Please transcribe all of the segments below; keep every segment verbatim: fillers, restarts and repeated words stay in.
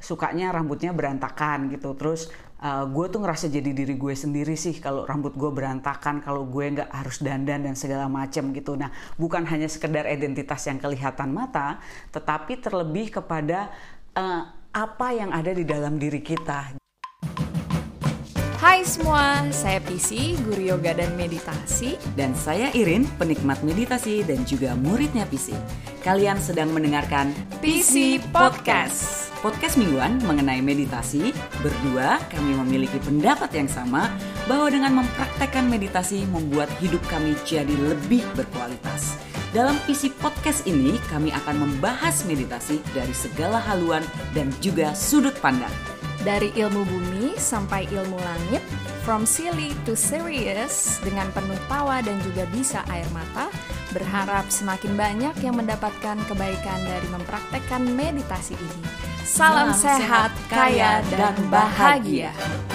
sukanya rambutnya berantakan gitu. Terus uh, gue tuh ngerasa jadi diri gue sendiri sih kalau rambut gue berantakan, kalau gue nggak harus dandan dan segala macam gitu. Nah, bukan hanya sekedar identitas yang kelihatan mata, tetapi terlebih kepada uh, apa yang ada di dalam diri kita. Hai semua, saya Pisi, guru yoga dan meditasi. Dan saya Irin, penikmat meditasi dan juga muridnya Pisi. Kalian sedang mendengarkan Pisi Podcast. Podcast mingguan mengenai meditasi. Berdua kami memiliki pendapat yang sama bahwa dengan mempraktekkan meditasi membuat hidup kami jadi lebih berkualitas. Dalam Pisi Podcast ini kami akan membahas meditasi dari segala haluan dan juga sudut pandang. Dari ilmu bumi sampai ilmu langit, from silly to serious, dengan penuh tawa dan juga bisa air mata, berharap semakin banyak yang mendapatkan kebaikan dari mempraktekkan meditasi ini. Salam, Salam sehat, kaya, dan bahagia.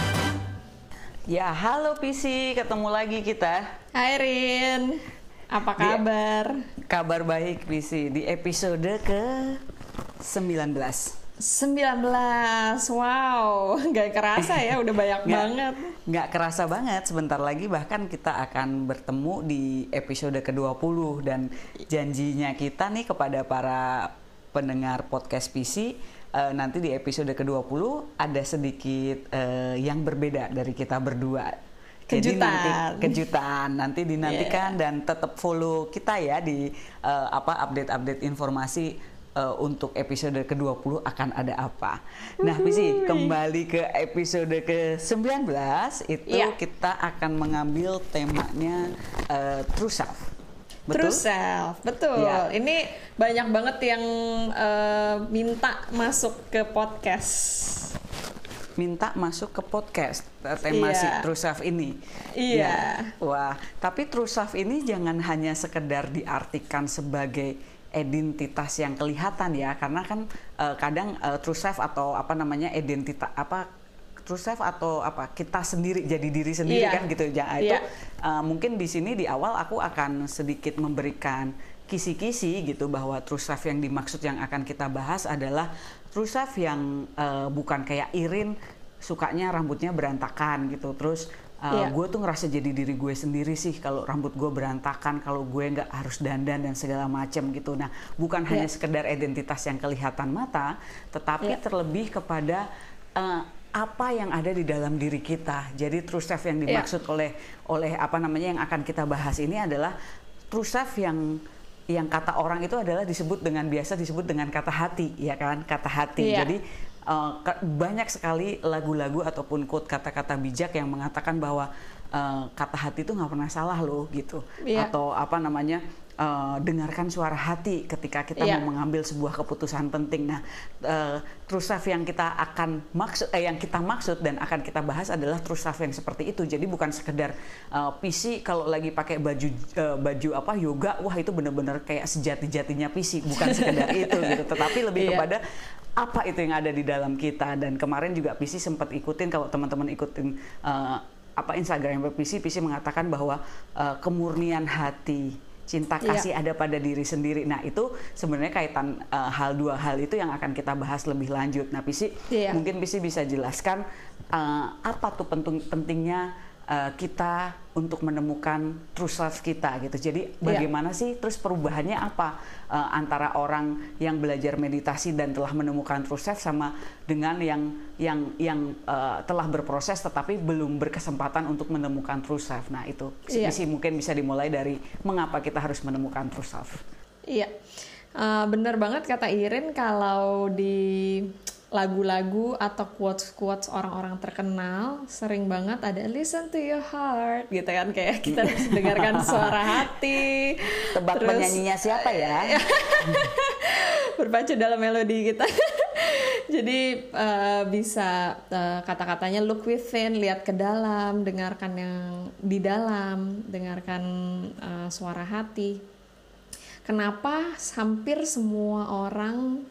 Ya, halo Pisi, ketemu lagi kita. Hai Rin, apa kabar? Di, kabar baik Pisi, di episode ke sembilan belas. sembilan belas, wow, gak kerasa ya, udah banyak gak, banget. Gak kerasa banget, sebentar lagi bahkan kita akan bertemu di episode ke dua puluh. Dan janjinya kita nih kepada para pendengar podcast P C, uh, nanti di episode ke dua puluh ada sedikit uh, yang berbeda dari kita berdua. Kejutan. Jadi nanti kejutan, nanti dinantikan yeah. Dan tetap follow kita ya di uh, apa update-update informasi. Uh, untuk episode ke dua puluh akan ada apa. Nah, Pisi, kembali ke episode ke sembilan belas itu yeah. Kita akan mengambil temanya uh, True Self. Betul? True Self, betul. Yeah. Ini banyak banget yang uh, minta masuk ke podcast. Minta masuk ke podcast tema yeah. si True Self ini. Iya. Yeah. Ya. Wah, tapi True Self ini jangan hanya sekedar diartikan sebagai identitas yang kelihatan ya, karena kan uh, kadang uh, true self atau apa namanya identitas apa true self atau apa kita sendiri jadi diri sendiri yeah. kan gitu ya. Itu yeah. uh, mungkin di sini di awal aku akan sedikit memberikan kisi-kisi gitu bahwa true self yang dimaksud yang akan kita bahas adalah true self yang uh, bukan kayak Irin sukanya rambutnya berantakan gitu, terus Uh, yeah. gue tuh ngerasa jadi diri gue sendiri sih kalau rambut gue berantakan, kalau gue nggak harus dandan dan segala macam gitu. Nah, bukan yeah. hanya sekedar identitas yang kelihatan mata, tetapi yeah. terlebih kepada uh, apa yang ada di dalam diri kita. Jadi true self yang dimaksud yeah. oleh oleh apa namanya yang akan kita bahas ini adalah true self yang yang kata orang itu adalah disebut dengan biasa disebut dengan kata hati, ya kan? Kata hati. Yeah. Jadi Uh, banyak sekali lagu-lagu ataupun quote kata-kata bijak yang mengatakan bahwa uh, kata hati itu nggak pernah salah loh gitu, yeah. atau apa namanya uh, dengarkan suara hati ketika kita yeah. mau mengambil sebuah keputusan penting. Nah, uh, true self yang kita akan maksud, eh, yang kita maksud dan akan kita bahas adalah true self yang seperti itu. Jadi bukan sekedar uh, P C kalau lagi pakai baju uh, baju apa yoga, wah itu benar-benar kayak sejati-jatinya P C, bukan sekedar itu gitu. Tetapi lebih yeah. kepada apa itu yang ada di dalam kita. Dan kemarin juga P C sempat ikutin, kalau teman-teman ikutin uh, apa Instagram P C, P C mengatakan bahwa uh, kemurnian hati, cinta kasih yeah. ada pada diri sendiri. Nah, itu sebenarnya kaitan uh, hal dua hal itu yang akan kita bahas lebih lanjut. Nah, P C yeah. mungkin P C bisa jelaskan uh, apa tuh penting pentingnya uh, kita untuk menemukan true self kita gitu. Jadi bagaimana yeah. sih terus perubahannya apa uh, antara orang yang belajar meditasi dan telah menemukan true self sama dengan yang yang yang uh, telah berproses tetapi belum berkesempatan untuk menemukan true self. Nah, itu yeah. sih mungkin bisa dimulai dari mengapa kita harus menemukan true self. Iya. Yeah. Uh, bener banget kata Irin, kalau di lagu-lagu atau quotes-quotes orang-orang terkenal sering banget ada listen to your heart gitu kan, kayak kita harus dengarkan suara hati. Tebak terus, penyanyinya siapa ya? Berpacu dalam melodi kita. Jadi uh, bisa uh, kata-katanya look within, lihat ke dalam, dengarkan yang di dalam, dengarkan uh, suara hati. Kenapa hampir semua orang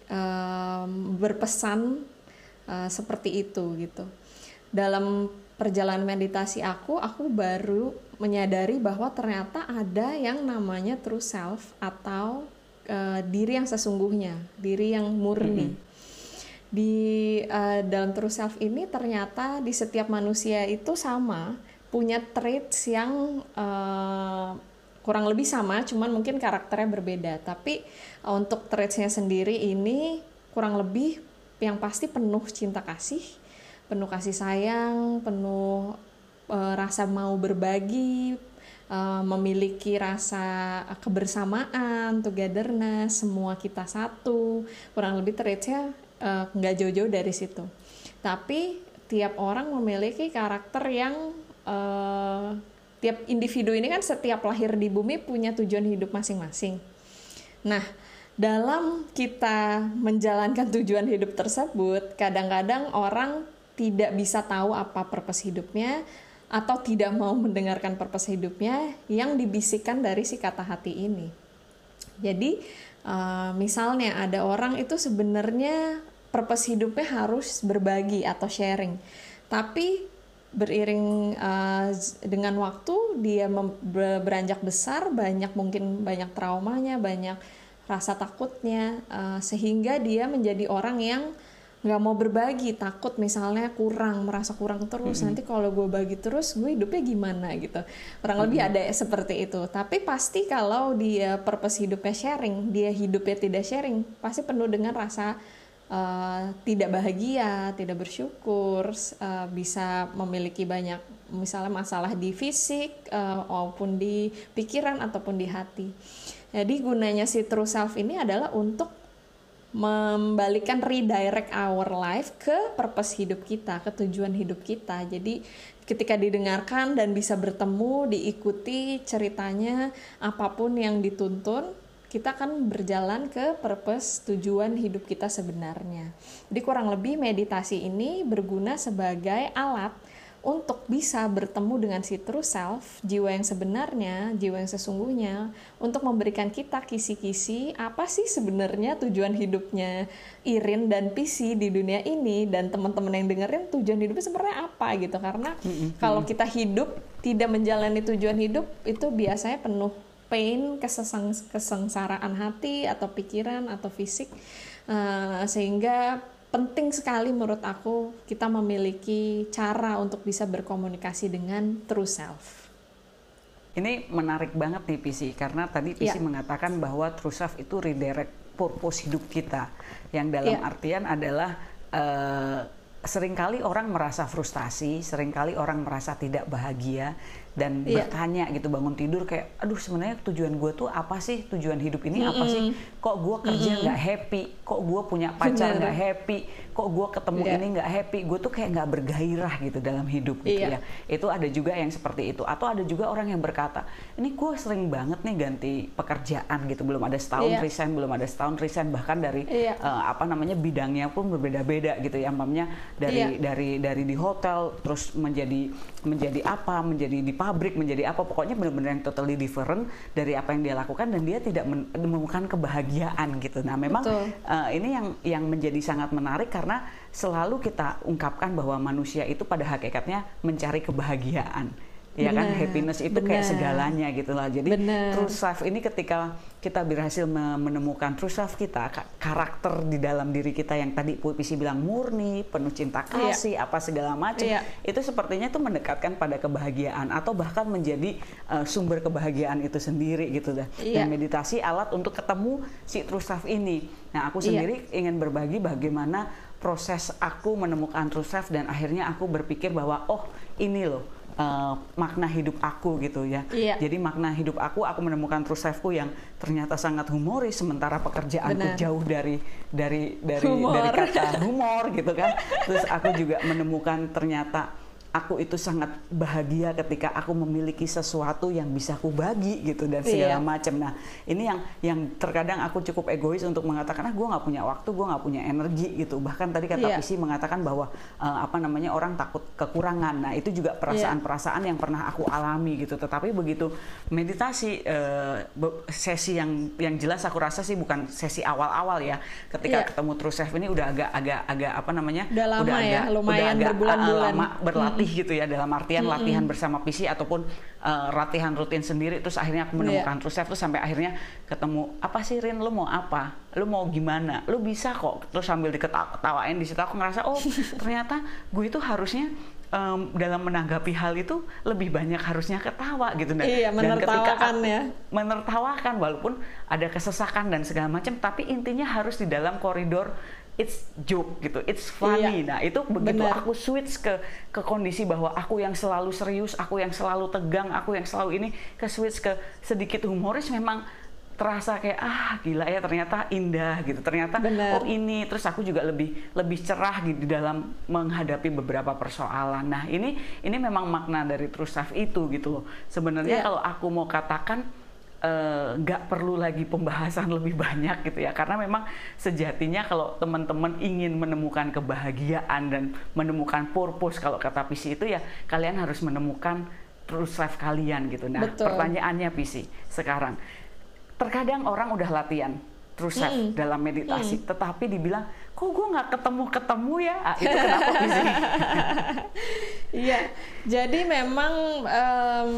Um, berpesan uh, seperti itu gitu. Dalam perjalanan meditasi aku, aku baru menyadari bahwa ternyata ada yang namanya true self atau uh, diri yang sesungguhnya, diri yang murni. Mm-hmm. di uh, dalam true self ini ternyata di setiap manusia itu sama, punya traits yang uh, kurang lebih sama, cuman mungkin karakternya berbeda. Tapi uh, untuk traitsnya sendiri ini kurang lebih yang pasti penuh cinta kasih, penuh kasih sayang, penuh uh, rasa mau berbagi, Uh, memiliki rasa kebersamaan, togetherness, semua kita satu, kurang lebih traitsnya uh, nggak jauh-jauh dari situ. Tapi tiap orang memiliki karakter yang uh, tiap individu ini kan setiap lahir di bumi punya tujuan hidup masing-masing. Nah, dalam kita menjalankan tujuan hidup tersebut, kadang-kadang orang tidak bisa tahu apa purpose hidupnya, atau tidak mau mendengarkan purpose hidupnya yang dibisikkan dari si kata hati ini. Jadi uh, misalnya ada orang itu sebenarnya purpose hidupnya harus berbagi atau sharing, tapi beriring uh, dengan waktu dia mem- beranjak besar, banyak mungkin banyak traumanya, banyak rasa takutnya, uh, sehingga dia menjadi orang yang nggak mau berbagi, takut misalnya kurang, merasa kurang terus, mm-hmm. nanti kalau gue bagi terus gue hidupnya gimana gitu, kurang mm-hmm. lebih ada seperti itu. Tapi pasti kalau dia purpose hidupnya sharing, dia hidupnya tidak sharing, pasti penuh dengan rasa uh, tidak bahagia, tidak bersyukur, uh, bisa memiliki banyak misalnya masalah di fisik, uh, maupun di pikiran ataupun di hati. Jadi gunanya si true self ini adalah untuk membalikan, redirect our life ke purpose hidup kita, ke tujuan hidup kita. Jadi ketika didengarkan dan bisa bertemu, diikuti ceritanya, apapun yang dituntun, kita akan berjalan ke purpose tujuan hidup kita sebenarnya. Jadi kurang lebih meditasi ini berguna sebagai alat untuk bisa bertemu dengan si true self, jiwa yang sebenarnya, jiwa yang sesungguhnya, untuk memberikan kita kisi-kisi apa sih sebenarnya tujuan hidupnya Irin dan P C di dunia ini, dan teman-teman yang dengerin tujuan hidupnya sebenarnya apa gitu. Karena mm-hmm. kalau kita hidup tidak menjalani tujuan hidup itu biasanya penuh pain, kesesang, kesengsaraan hati atau pikiran atau fisik, uh, sehingga penting sekali menurut aku kita memiliki cara untuk bisa berkomunikasi dengan true self. Ini menarik banget nih P C, karena tadi P C yeah. mengatakan bahwa true self itu redirect purpose hidup kita, yang dalam yeah. artian adalah uh, seringkali orang merasa frustasi, seringkali orang merasa tidak bahagia, dan yeah. bertanya gitu bangun tidur kayak, aduh sebenarnya tujuan gue tuh apa sih, tujuan hidup ini mm-hmm. apa sih, kok gue kerja nggak mm-hmm. happy, kok gue punya pacar nggak happy, kok gue ketemu yeah. ini nggak happy, gue tuh kayak nggak bergairah gitu dalam hidup gitu yeah. ya. Itu ada juga yang seperti itu, atau ada juga orang yang berkata, ini gue sering banget nih ganti pekerjaan gitu, belum ada setahun yeah. resign, belum ada setahun resign, bahkan dari yeah. uh, apa namanya bidangnya pun berbeda-beda gitu ya, mamanya dari yeah. dari dari di hotel terus menjadi menjadi apa, menjadi di pabrik, menjadi apa, pokoknya benar-benar yang totally different dari apa yang dia lakukan, dan dia tidak menemukan kebahagiaan gitu. Nah memang uh, ini yang yang menjadi sangat menarik, karena selalu kita ungkapkan bahwa manusia itu pada hakikatnya mencari kebahagiaan. Ya kan, happiness itu bener. Kayak segalanya gitu lah. Jadi bener. True self ini ketika kita berhasil menemukan true self kita, karakter di dalam diri kita yang tadi Bu Pisi bilang murni, penuh cinta kasih, iya. apa segala macam, iya. itu sepertinya tuh mendekatkan pada kebahagiaan, atau bahkan menjadi uh, sumber kebahagiaan itu sendiri gitu dah. Iya. Dan meditasi alat untuk ketemu si true self ini. Nah aku sendiri iya. ingin berbagi bagaimana proses aku menemukan true self, dan akhirnya aku berpikir bahwa oh ini loh Uh, makna hidup aku gitu ya. Iya. Jadi makna hidup aku, aku menemukan true selfku yang ternyata sangat humoris, sementara pekerjaanku Benar. jauh dari dari dari humor. dari kata humor gitu kan. Terus aku juga menemukan ternyata aku itu sangat bahagia ketika aku memiliki sesuatu yang bisa aku bagi gitu, dan segala iya. macam. Nah ini yang yang terkadang aku cukup egois untuk mengatakan ah gue nggak punya waktu, gue nggak punya energi gitu. Bahkan tadi kata iya. Pisi mengatakan bahwa uh, apa namanya orang takut kekurangan. Nah itu juga perasaan-perasaan yang pernah aku alami gitu. Tetapi begitu meditasi uh, sesi yang yang jelas aku rasa sih bukan sesi awal-awal ya. Ketika iya. ketemu true self ini udah agak agak agak apa namanya? Udah lama udah ya, agak, lumayan udah agak, berbulan-bulan. Uh, lama berlatar terlatih gitu ya, dalam artian mm-hmm. latihan bersama P C ataupun uh, latihan rutin sendiri. Terus akhirnya aku menemukan yeah. True Self, terus sampai akhirnya ketemu, apa sih Rin, lu mau apa, lu mau gimana, lu bisa kok. Terus sambil diketawain di situ aku ngerasa oh ternyata gue itu harusnya Um, dalam menanggapi hal itu lebih banyak harusnya ketawa gitu. Nah, iya, dan ketika aku ya. menertawakan walaupun ada kesesakan dan segala macam, tapi intinya harus di dalam koridor it's joke gitu, it's funny. Iya, nah itu begitu bener. Aku switch ke ke kondisi bahwa aku yang selalu serius, aku yang selalu tegang, aku yang selalu ini, ke switch ke sedikit humoris, memang terasa kayak ah gila ya, ternyata indah gitu, ternyata bener. Oh ini, terus aku juga lebih lebih cerah gitu di dalam menghadapi beberapa persoalan. Nah ini ini memang makna dari True Self itu gitu loh. Sebenarnya yeah. kalau aku mau katakan nggak uh, perlu lagi pembahasan lebih banyak gitu ya, karena memang sejatinya kalau teman-teman ingin menemukan kebahagiaan dan menemukan purpose, kalau kata P C itu ya kalian harus menemukan True Self kalian gitu. Nah betul. Pertanyaannya P C sekarang, terkadang orang udah latihan True Self hmm. dalam meditasi, hmm. tetapi dibilang, kok gue nggak ketemu-ketemu ya? Ah, itu kenapa sih? Iya, jadi memang um,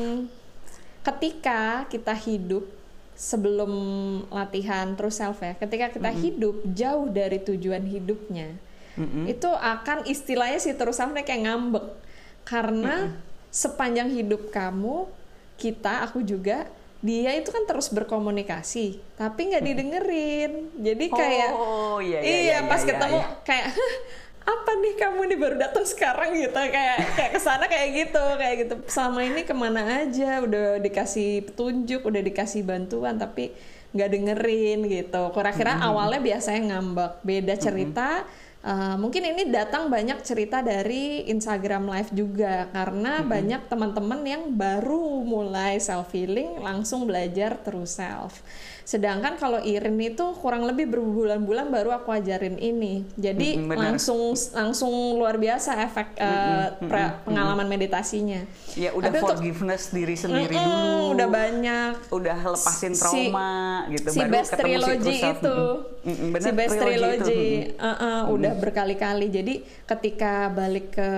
ketika kita hidup sebelum latihan True Self ya, ketika kita hmm. hidup jauh dari tujuan hidupnya, hmm. itu akan istilahnya si True Self kayak ngambek, karena hmm. sepanjang hidup kamu, kita, aku juga, dia itu kan terus berkomunikasi tapi nggak didengerin. Jadi kayak oh, iya, iya, iya, iya pas iya, ketemu iya. kayak apa nih kamu nih baru datang sekarang gitu, kayak kayak kesana kayak gitu kayak gitu selama ini kemana aja, udah dikasih petunjuk, udah dikasih bantuan tapi nggak dengerin gitu. Kira-kira mm-hmm. awalnya biasanya ngambek. Beda cerita. Mm-hmm. Uh, mungkin ini datang banyak cerita dari Instagram Live juga, karena mm-hmm. banyak teman-teman yang baru mulai self healing langsung belajar True Self. Sedangkan kalau Irin itu kurang lebih berbulan-bulan baru aku ajarin ini. Jadi mm-hmm, langsung langsung luar biasa efek uh, mm-hmm, pra, pengalaman mm-hmm. meditasinya. Ya udah tapi forgiveness untuk, diri sendiri mm-mm, dulu. Udah banyak. Udah lepasin trauma si, gitu si baru best ketemu trilogy si True itu. Mm-hmm, bener, si best trilogy, trilogy. Uh-uh, mm-hmm. udah berkali-kali. Jadi ketika balik ke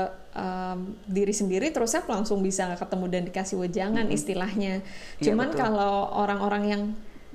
Um, diri sendiri terus saya langsung bisa ketemu dan dikasih wejangan mm-hmm. istilahnya. Cuman ya, kalau orang-orang yang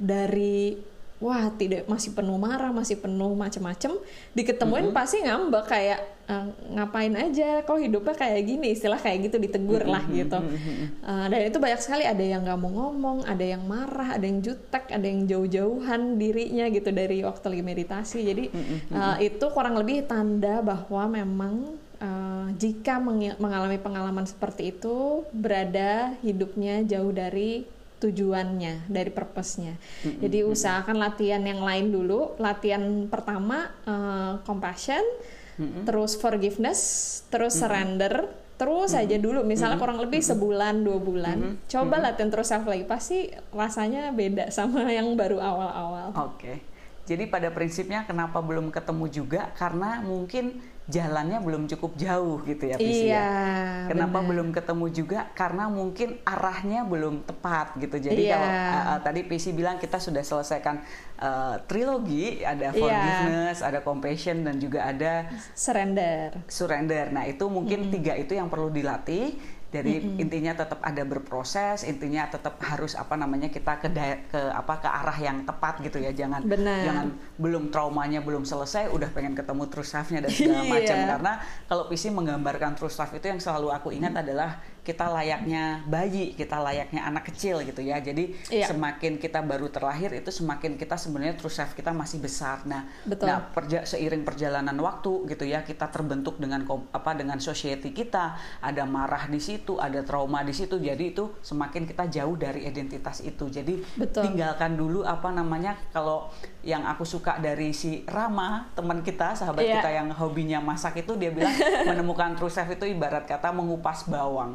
dari wah tidak, masih penuh marah, masih penuh macem-macem, diketemuin mm-hmm. pasti ngambek kayak uh, ngapain aja kok hidupnya kayak gini, istilah kayak gitu, ditegur mm-hmm. lah gitu. Uh, dan itu banyak sekali, ada yang nggak mau ngomong, ada yang marah, ada yang jutek, ada yang jauh-jauhan dirinya gitu dari waktu lagi meditasi. Jadi mm-hmm. uh, itu kurang lebih tanda bahwa memang Uh, jika meng- mengalami pengalaman seperti itu, berada hidupnya jauh dari tujuannya, dari purpose-nya. Mm-hmm. Jadi usahakan latihan yang lain dulu. Latihan pertama uh, compassion, mm-hmm. terus forgiveness, terus mm-hmm. surrender, terus mm-hmm. aja dulu. Misalnya mm-hmm. kurang lebih sebulan, dua bulan. Mm-hmm. Coba mm-hmm. latihan terus self lagi, pasti rasanya beda sama yang baru awal-awal. Oke. Okay. Jadi pada prinsipnya kenapa belum ketemu juga, karena mungkin jalannya belum cukup jauh gitu ya P C iya, ya. Kenapa bener. belum ketemu juga, karena mungkin arahnya belum tepat gitu. Jadi iya. kalau uh, tadi P C bilang kita sudah selesaikan uh, trilogi, ada forgiveness, iya. ada compassion, dan juga ada surrender. Surrender. Nah itu mungkin mm-hmm. tiga itu yang perlu dilatih. Jadi mm-hmm. intinya tetap ada berproses, intinya tetap harus apa namanya kita ke da- ke apa ke arah yang tepat gitu ya. Jangan Benar. jangan belum traumanya belum selesai udah pengen ketemu True Self-nya dan segala macam. Karena kalau P C menggambarkan True Self itu yang selalu aku ingat mm. adalah kita layaknya bayi, kita layaknya anak kecil gitu ya. Jadi yeah. semakin kita baru terlahir itu semakin kita sebenarnya True Self kita masih besar. Nah, Betul. nah perja- seiring perjalanan waktu gitu ya, kita terbentuk dengan apa dengan society kita, ada marah di situ, ada trauma di situ. Jadi itu semakin kita jauh dari identitas itu. Jadi Betul. tinggalkan dulu apa namanya, kalau yang aku suka dari si Rama, teman kita, sahabat yeah. kita yang hobinya masak itu, dia bilang menemukan True Self itu ibarat kata mengupas bawang.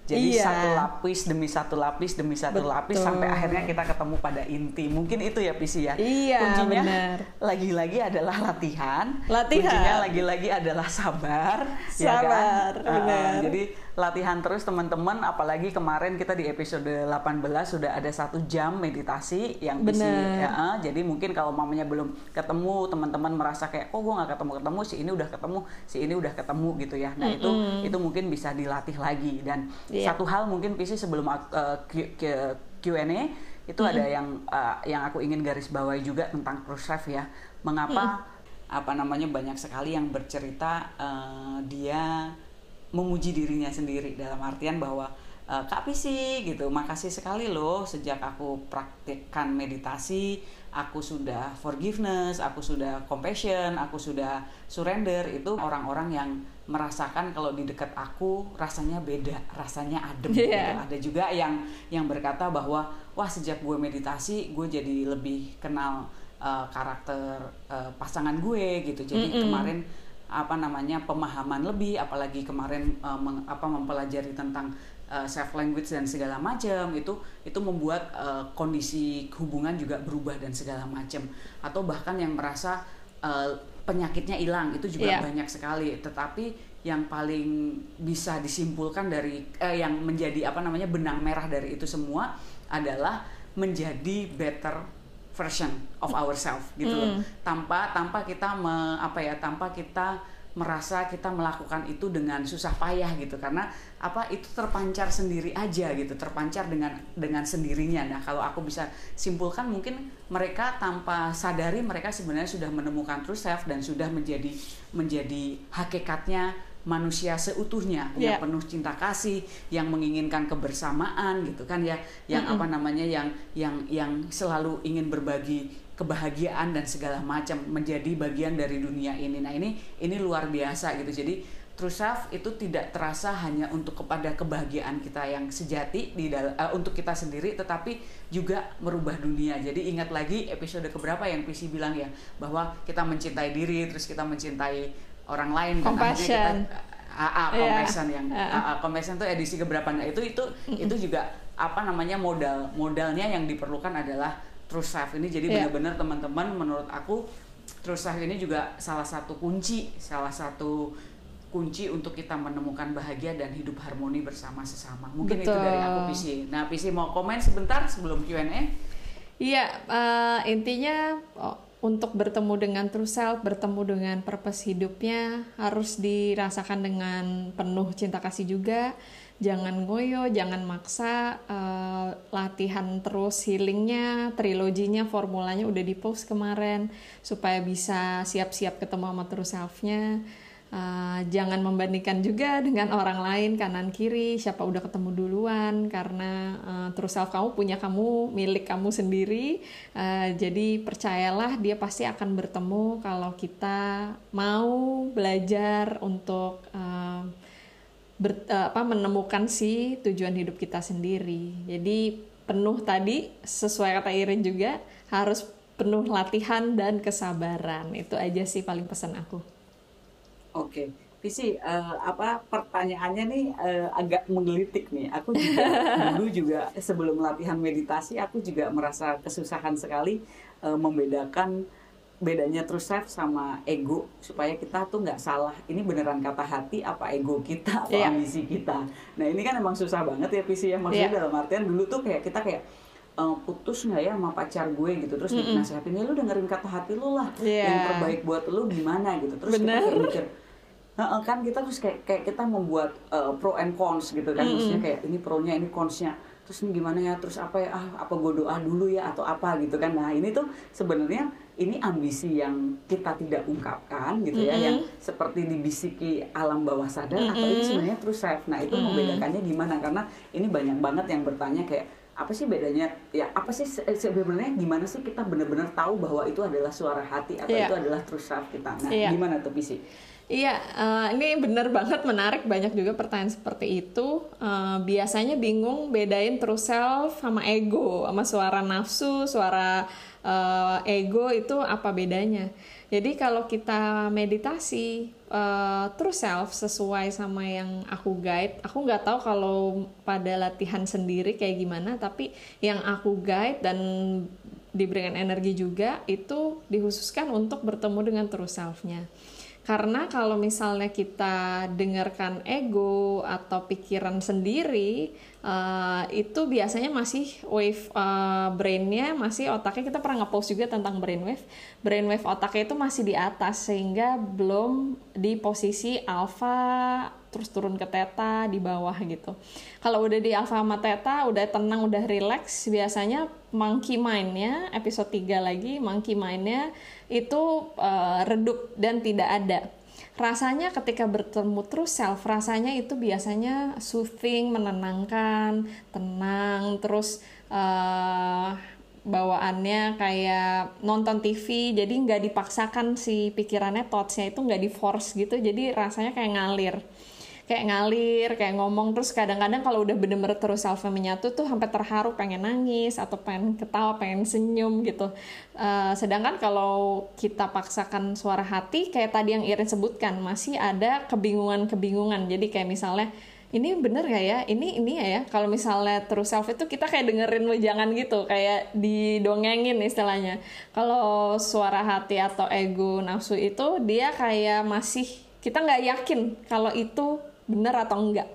Jadi Iya. satu lapis demi satu lapis demi satu Betul. lapis sampai akhirnya kita ketemu pada inti. Mungkin itu ya Pisi ya. Iya, Kuncinya benar. lagi-lagi adalah latihan. Latihan. Kuncinya lagi-lagi adalah sabar. Sabar, ya kan? Uh, benar. jadi latihan terus teman-teman. Apalagi kemarin kita di episode delapan belas sudah ada satu jam meditasi yang Pisi. Benar. Ya, uh, jadi mungkin kalau mamanya belum ketemu, teman-teman merasa kayak, oh gue nggak ketemu-ketemu, si ini udah ketemu, si ini udah ketemu gitu ya. Nah Mm-mm. itu itu mungkin bisa dilatih lagi. Dan Iya. satu hal mungkin Pisi sebelum uh, Q, Q, Q and A itu Mm-mm. ada yang uh, yang aku ingin garis bawahi juga tentang Truthsave ya. Mengapa Mm-mm. apa namanya banyak sekali yang bercerita uh, dia memuji dirinya sendiri dalam artian bahwa uh, Kak Pisi gitu, makasih sekali loh sejak aku praktikkan meditasi, aku sudah forgiveness, aku sudah compassion, aku sudah surrender. Itu orang-orang yang merasakan kalau di dekat aku rasanya beda, rasanya adem. Yeah. Gitu. Ada juga yang yang berkata bahwa wah sejak gue meditasi gue jadi lebih kenal uh, karakter uh, pasangan gue gitu. Jadi Mm-mm. kemarin apa namanya pemahaman lebih, apalagi kemarin uh, meng, apa mempelajari tentang uh, self language dan segala macam, itu itu membuat uh, kondisi hubungan juga berubah dan segala macam. Atau bahkan yang merasa uh, penyakitnya hilang, itu juga Yeah. banyak sekali. Tetapi yang paling bisa disimpulkan dari eh, yang menjadi apa namanya benang merah dari itu semua adalah menjadi better version of ourselves gitu loh. Mm. Tanpa tanpa kita me, apa ya tanpa kita merasa kita melakukan itu dengan susah payah gitu, karena apa itu terpancar sendiri aja gitu, terpancar dengan dengan sendirinya. Nah kalau aku bisa simpulkan, mungkin mereka tanpa sadari mereka sebenarnya sudah menemukan true self dan sudah menjadi menjadi hakikatnya manusia seutuhnya, Yeah. yang penuh cinta kasih, yang menginginkan kebersamaan gitu kan ya, yang Mm-mm. apa namanya yang yang yang selalu ingin berbagi kebahagiaan dan segala macam, menjadi bagian dari dunia ini. Nah ini ini luar biasa gitu. Jadi true self itu tidak terasa hanya untuk kepada kebahagiaan kita yang sejati di dalam uh, untuk kita sendiri, tetapi juga merubah dunia. Jadi ingat lagi episode keberapa yang Pisi bilang ya, bahwa kita mencintai diri, terus kita mencintai orang lain, dan Compassion. akhirnya kita A A Iya. compassion yang Uh. A A compassion itu edisi keberapa? Nah itu itu itu juga apa namanya modal modalnya yang diperlukan adalah true self ini. Jadi Yeah. benar-benar teman-teman, menurut aku true self ini juga salah satu kunci, salah satu kunci untuk kita menemukan bahagia dan hidup harmoni bersama sesama. Mungkin itu Betul. dari aku Pisi. Nah Pisi mau komen sebentar sebelum Q and A? Iya, eh, intinya oh, untuk bertemu dengan true self, bertemu dengan purpose hidupnya harus dirasakan dengan penuh cinta kasih juga. Jangan ngoyo, jangan maksa, eh, latihan terus healingnya, triloginya, formulanya udah di post kemarin supaya bisa siap-siap ketemu sama true self-nya. Uh, jangan membandingkan juga dengan orang lain kanan kiri, siapa udah ketemu duluan, karena uh, true self kamu punya kamu, milik kamu sendiri. Uh, jadi percayalah dia pasti akan bertemu kalau kita mau belajar untuk uh, ber, uh, apa menemukan si tujuan hidup kita sendiri. Jadi penuh tadi sesuai kata Irin juga harus penuh latihan dan kesabaran. Itu aja sih paling pesan aku. Oke, Pisi, uh, apa pertanyaannya nih uh, agak menggelitik nih. Aku juga dulu juga sebelum latihan meditasi, aku juga merasa kesusahan sekali uh, membedakan bedanya true self sama ego, supaya kita tuh nggak salah. Ini beneran kata hati apa ego kita atau Yeah. ambisi kita. Nah ini kan emang susah banget ya Pisi ya. Maksudnya Yeah. dalam artian dulu tuh kayak kita kayak Uh, putus nggak ya sama pacar gue gitu, terus Mm-mm. nasihatin ya lu dengerin kata hati lu lah, Yeah. yang terbaik buat lu gimana gitu. Terus Bener. kita kayak mikir, Heeh, kan kita terus kayak kayak kita membuat uh, pro and cons gitu kan, Mm-mm. maksudnya kayak ini pronya ini consnya, terus ini gimana ya, terus apa ya, ah apa gue doa dulu ya atau apa gitu kan. Nah ini tuh sebenarnya ini ambisi yang kita tidak ungkapkan gitu ya, Mm-mm. yang seperti dibisiki alam bawah sadar, atau ini Mm-mm. sebenarnya true self. Nah itu Mm-mm. membedakannya gimana, karena ini banyak banget yang bertanya kayak apa sih bedanya, ya apa sih se- sebenarnya gimana sih kita benar-benar tahu bahwa itu adalah suara hati atau Iya. itu adalah true self kita. Nah Iya. gimana tuh Pisi? Iya, uh, ini benar banget, menarik, banyak juga pertanyaan seperti itu. Uh, biasanya bingung bedain true self sama ego, sama suara nafsu, suara uh, ego itu apa bedanya. Jadi kalau kita meditasi uh, true self sesuai sama yang aku guide, aku nggak tahu kalau pada latihan sendiri kayak gimana, tapi yang aku guide dan diberikan energi juga itu dikhususkan untuk bertemu dengan true self-nya. Karena kalau misalnya kita dengarkan ego atau pikiran sendiri, uh, itu biasanya masih wave uh, brainnya, masih otaknya, kita pernah nge-post juga tentang brainwave. Brainwave otaknya itu masih di atas, sehingga belum di posisi alpha, terus turun ke theta, di bawah gitu. Kalau udah di alpha sama theta, udah tenang, udah relax, biasanya monkey mind-nya, episode tiga lagi, monkey mind-nya itu uh, redup dan tidak ada. Rasanya ketika bertemu true self, rasanya itu biasanya soothing, menenangkan, tenang, terus uh, bawaannya kayak nonton T V, jadi nggak dipaksakan si pikirannya, thoughts-nya itu nggak di force gitu, jadi rasanya kayak ngalir. Kayak ngalir, kayak ngomong, terus kadang-kadang kalau udah bener-bener terus self-nya menyatu tuh sampai terharu, pengen nangis, atau pengen ketawa, pengen senyum gitu. Uh, sedangkan kalau kita paksakan suara hati, kayak tadi yang Irin sebutkan, masih ada kebingungan-kebingungan. Jadi kayak misalnya, ini bener gak ya? Ini ini ya ya. Kalau misalnya true self itu kita kayak dengerin wejangan gitu, kayak didongengin istilahnya. Kalau suara hati atau ego nafsu itu dia kayak masih, kita nggak yakin kalau itu benar atau enggak.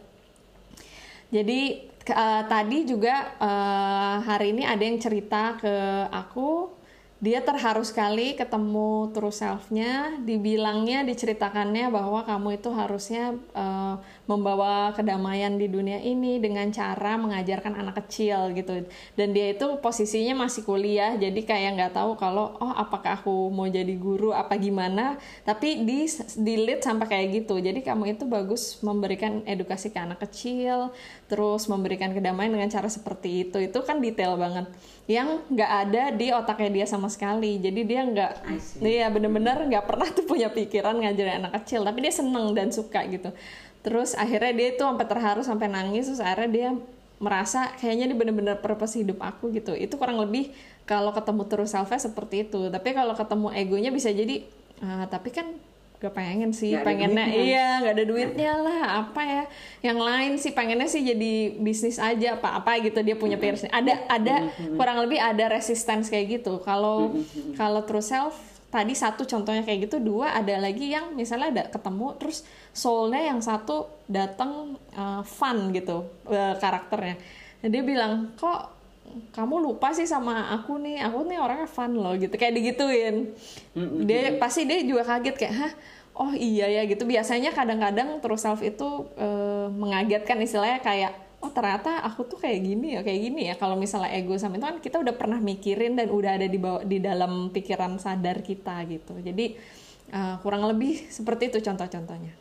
Jadi uh, tadi juga uh, hari ini ada yang cerita ke aku, dia terharu sekali ketemu true self-nya, dibilangnya, diceritakannya bahwa kamu itu harusnya uh, membawa kedamaian di dunia ini dengan cara mengajarkan anak kecil gitu. Dan dia itu posisinya masih kuliah, jadi kayak nggak tahu kalau oh apakah aku mau jadi guru apa gimana, tapi di di lead sampai kayak gitu. Jadi kamu itu bagus memberikan edukasi ke anak kecil, terus memberikan kedamaian dengan cara seperti itu. Itu kan detail banget, yang nggak ada di otaknya dia sama sekali. Jadi dia nggak, dia bener-bener nggak pernah tuh punya pikiran ngajarin anak kecil, tapi dia seneng dan suka gitu. Terus akhirnya dia tuh sampai terharu, sampai nangis, terus akhirnya dia merasa kayaknya dia bener-bener purpose hidup aku gitu. Itu kurang lebih kalau ketemu true self-nya seperti itu. Tapi kalau ketemu egonya bisa jadi, ah, tapi kan gak pengen sih, gak pengennya iya nggak ada duitnya lah, apa ya yang lain sih, pengennya sih jadi bisnis aja apa-apa gitu, dia punya piercing, ada ada kurang lebih ada resistance kayak gitu. Kalau kalau true self tadi satu contohnya kayak gitu, dua ada lagi yang misalnya ada ketemu terus soulnya yang satu datang uh, fun gitu uh, karakternya, dan dia bilang kok kamu lupa sih sama aku nih, aku nih orangnya fun loh gitu, kayak digituin. Dia pasti dia juga kaget kayak hah, oh iya ya gitu. Biasanya kadang-kadang true self itu uh, mengagetkan, istilahnya kayak oh ternyata aku tuh kayak gini ya, kayak gini ya. Kalau misalnya ego sama itu kan kita udah pernah mikirin dan udah ada di bawah, di dalam pikiran sadar kita gitu. Jadi uh, kurang lebih seperti itu contoh-contohnya.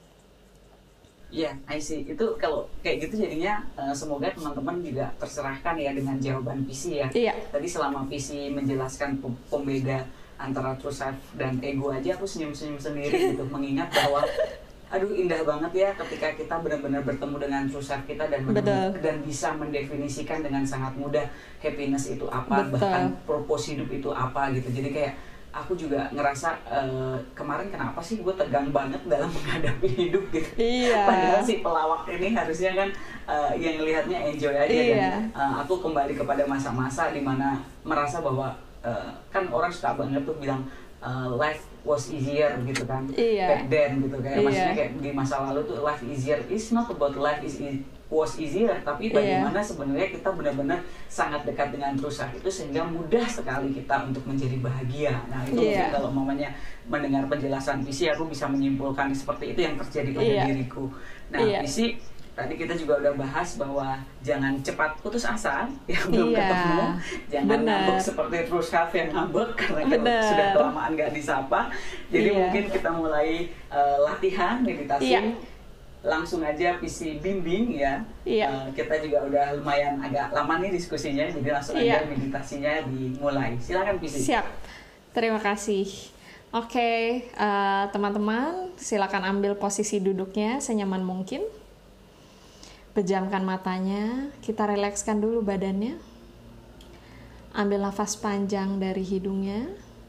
Iya, yeah, I see. Itu kalau kayak gitu jadinya uh, semoga teman-teman juga tercerahkan ya dengan jawaban P C ya. Iya. Tadi selama P C menjelaskan pembeda antara true self dan ego aja aku senyum-senyum sendiri gitu, mengingat bahwa aduh indah banget ya ketika kita benar-benar bertemu dengan true self kita dan dan bisa mendefinisikan dengan sangat mudah happiness itu apa. Betul. Bahkan purpose hidup itu apa gitu. Jadi kayak aku juga ngerasa uh, kemarin kenapa sih gue tegang banget dalam menghadapi hidup gitu. Iya. Padahal si pelawak ini harusnya kan uh, yang lihatnya enjoy aja. Iya. Dan uh, aku kembali kepada masa-masa dimana merasa bahwa uh, kan orang suka banget tuh bilang uh, life was easier gitu kan. Iya. Back then gitu kayak iya. Maksudnya kayak di masa lalu tuh life easier is not about life is e- was easier, tapi bagaimana yeah. sebenarnya kita benar-benar sangat dekat dengan true self itu sehingga mudah sekali kita untuk menjadi bahagia. Nah itu yeah. mungkin kalau mamanya mendengar penjelasan P C aku bisa menyimpulkan seperti itu yang terjadi pada yeah. diriku. Nah yeah. P C tadi kita juga udah bahas bahwa jangan cepat putus asa yang belum yeah. ketemu, jangan Bener. ngambek seperti true self yang ngambek karena sudah kelamaan nggak disapa. Jadi yeah. mungkin kita mulai uh, latihan meditasi. Yeah. Langsung aja P C bimbing ya. Iya. Uh, kita juga udah lumayan agak lama nih diskusinya, jadi langsung iya. aja meditasinya dimulai. Silakan P C. Siap. Terima kasih. Oke, eh, teman-teman, silakan ambil posisi duduknya senyaman mungkin. Pejamkan matanya, kita rilekskan dulu badannya. Ambil nafas panjang dari hidungnya.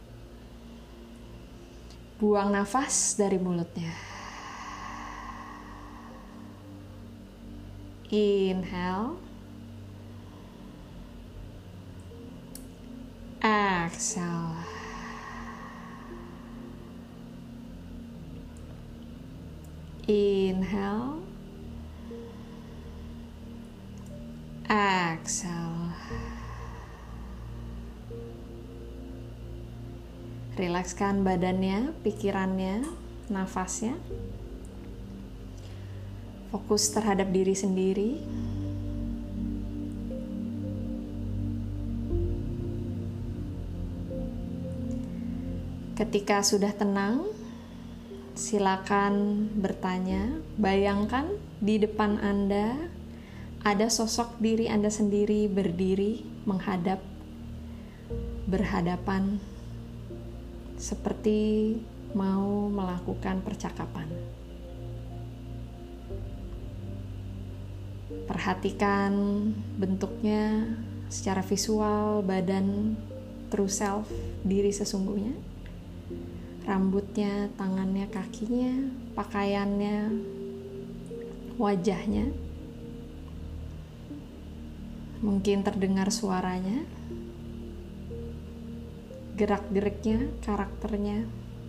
Buang nafas dari mulutnya. Inhale. Exhale. Inhale. Exhale. Rilekskan badannya, pikirannya, nafasnya. Fokus terhadap diri sendiri. Ketika sudah tenang, silakan bertanya. Bayangkan di depan Anda ada sosok diri Anda sendiri berdiri menghadap, berhadapan, seperti mau melakukan percakapan. Perhatikan bentuknya secara visual, badan, true self, diri sesungguhnya. Rambutnya, tangannya, kakinya, pakaiannya, wajahnya. Mungkin terdengar suaranya, gerak-geriknya, karakternya.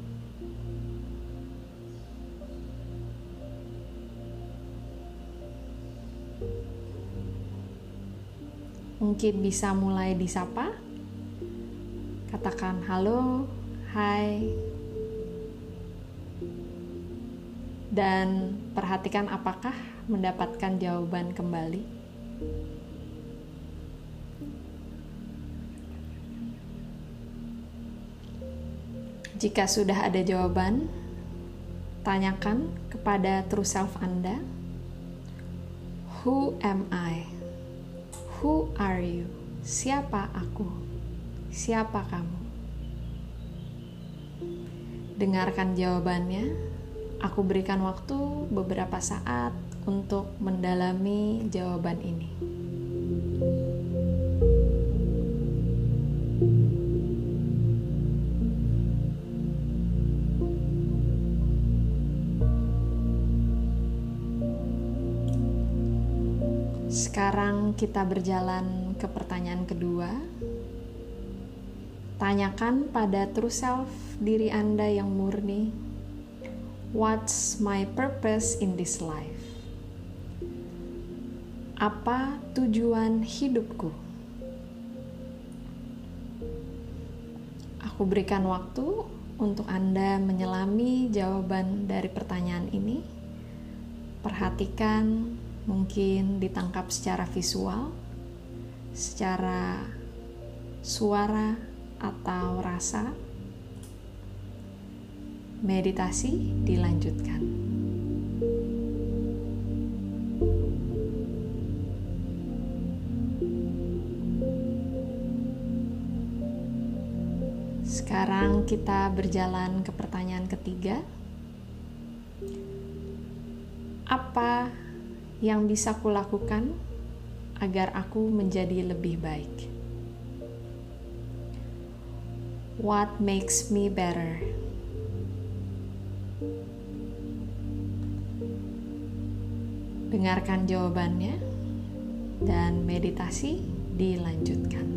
Mungkin bisa mulai disapa. Katakan halo, hai. Dan perhatikan apakah mendapatkan jawaban kembali. Jika sudah ada jawaban, tanyakan kepada true self Anda, who am I? Who are you? Siapa aku? Siapa kamu? Dengarkan jawabannya. Aku berikan waktu beberapa saat untuk mendalami jawaban ini. Sekarang kita berjalan ke pertanyaan kedua. Tanyakan pada true self diri Anda yang murni, what's my purpose in this life? Apa tujuan hidupku? Aku berikan waktu untuk Anda menyelami jawaban dari pertanyaan ini. Perhatikan, mungkin ditangkap secara visual, secara suara atau rasa. Meditasi dilanjutkan. Sekarang kita berjalan ke pertanyaan ketiga. Apa yang bisa kulakukan agar aku menjadi lebih baik? What makes me better? Dengarkan jawabannya dan meditasi dilanjutkan.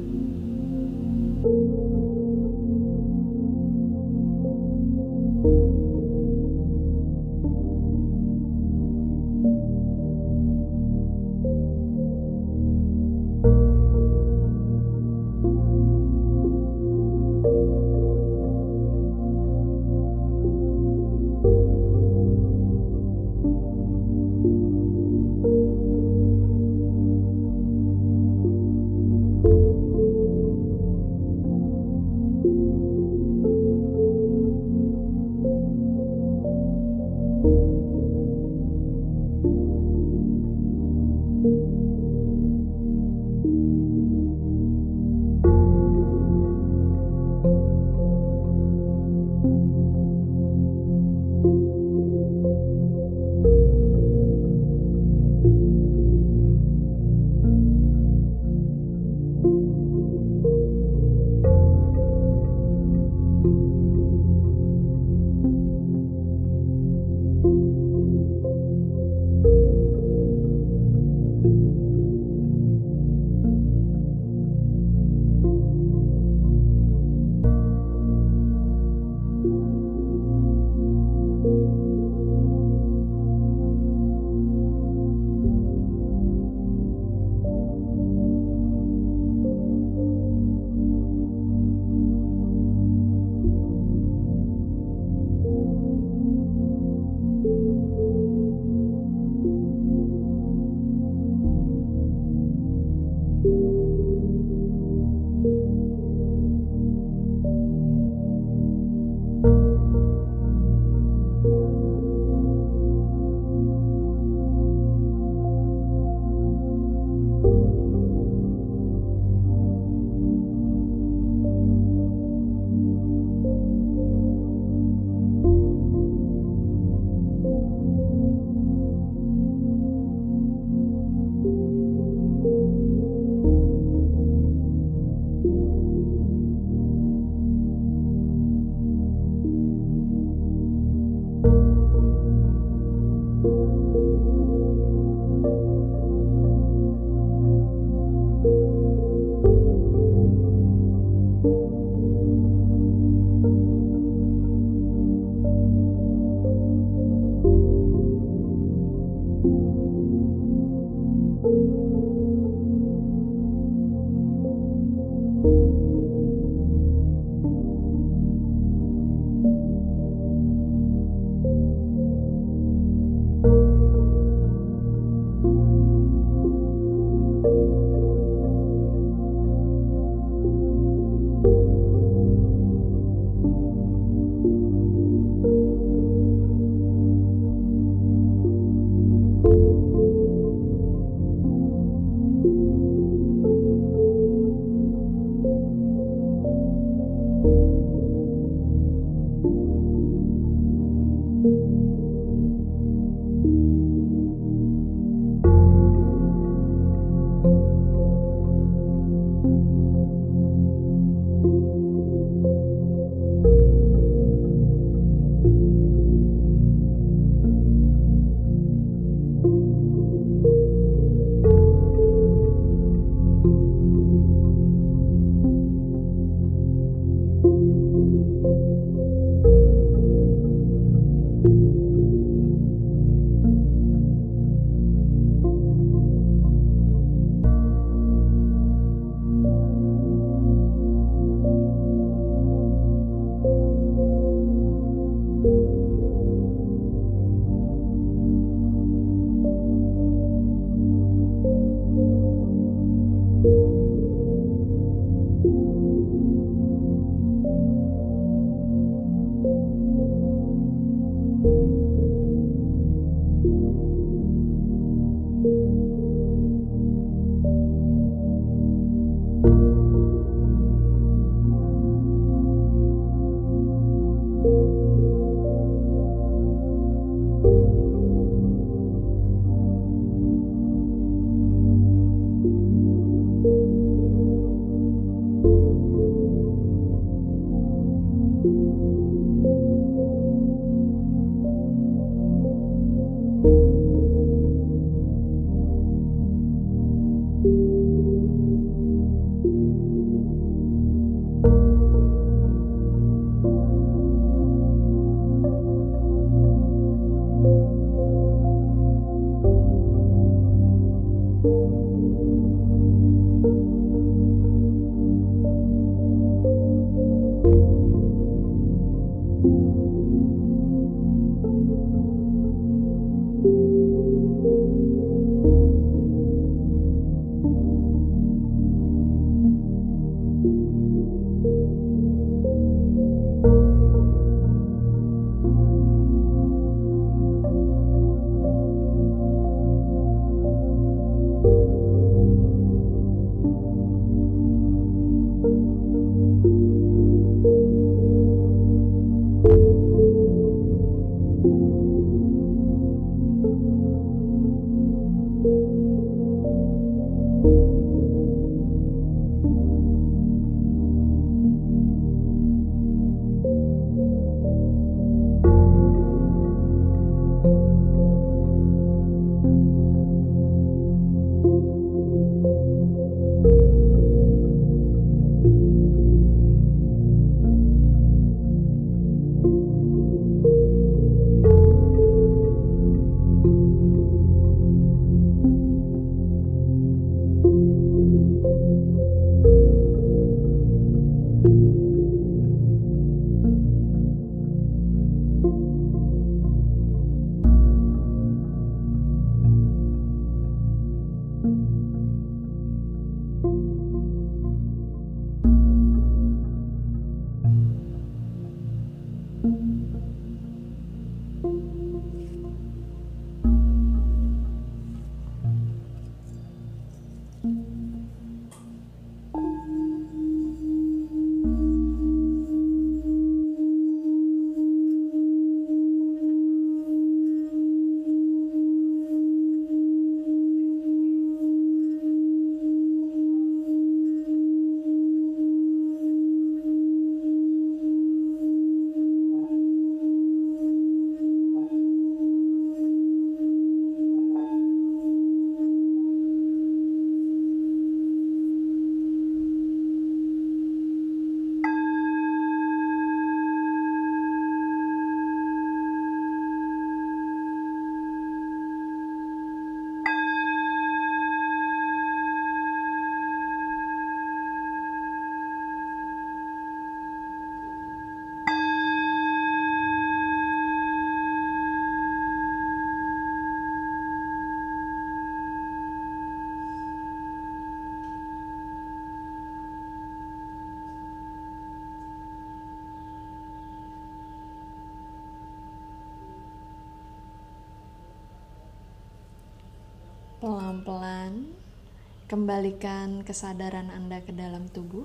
Pelan-pelan kembalikan kesadaran Anda ke dalam tubuh.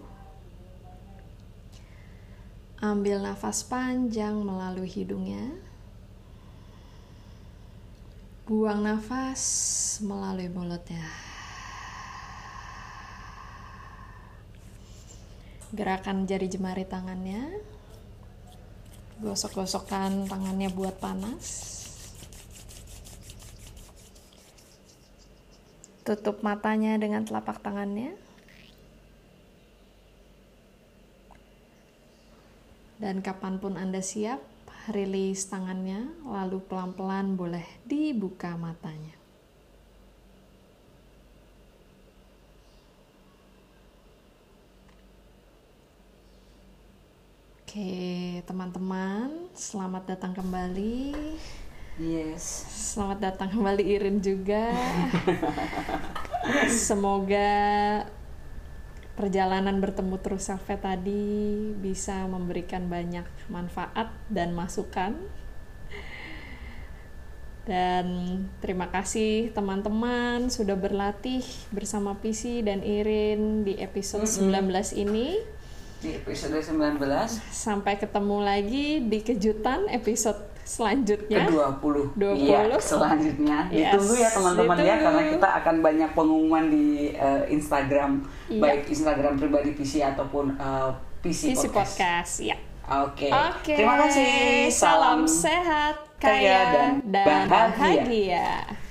Ambil nafas panjang melalui hidungnya. Buang nafas melalui mulutnya. Gerakan jari jemari tangannya. Gosok-gosokkan tangannya buat panas. Tutup matanya dengan telapak tangannya. Dan kapanpun Anda siap, rilis tangannya, lalu pelan-pelan boleh dibuka matanya. Oke, teman-teman, selamat datang kembali. Yes. Selamat datang kembali Irin juga. Semoga perjalanan bertemu True Self tadi bisa memberikan banyak manfaat dan masukan. Dan terima kasih teman-teman sudah berlatih bersama Pisi dan Irin di episode mm-hmm. sembilan belas ini. Di episode sembilan belas. Sampai ketemu lagi di kejutan episode selanjutnya. Ke dua puluh. dua puluh. Iya, selanjutnya. Yes, ditunggu ya teman-teman ditunggu. ya, karena kita akan banyak pengumuman di uh, Instagram, iya. baik Instagram pribadi Pisi ataupun uh, Pisi Podcast. Podcast. Ya. Oke. Oke. Terima kasih. Salam Salam sehat, kaya kaya dan dan bahagia. bahagia.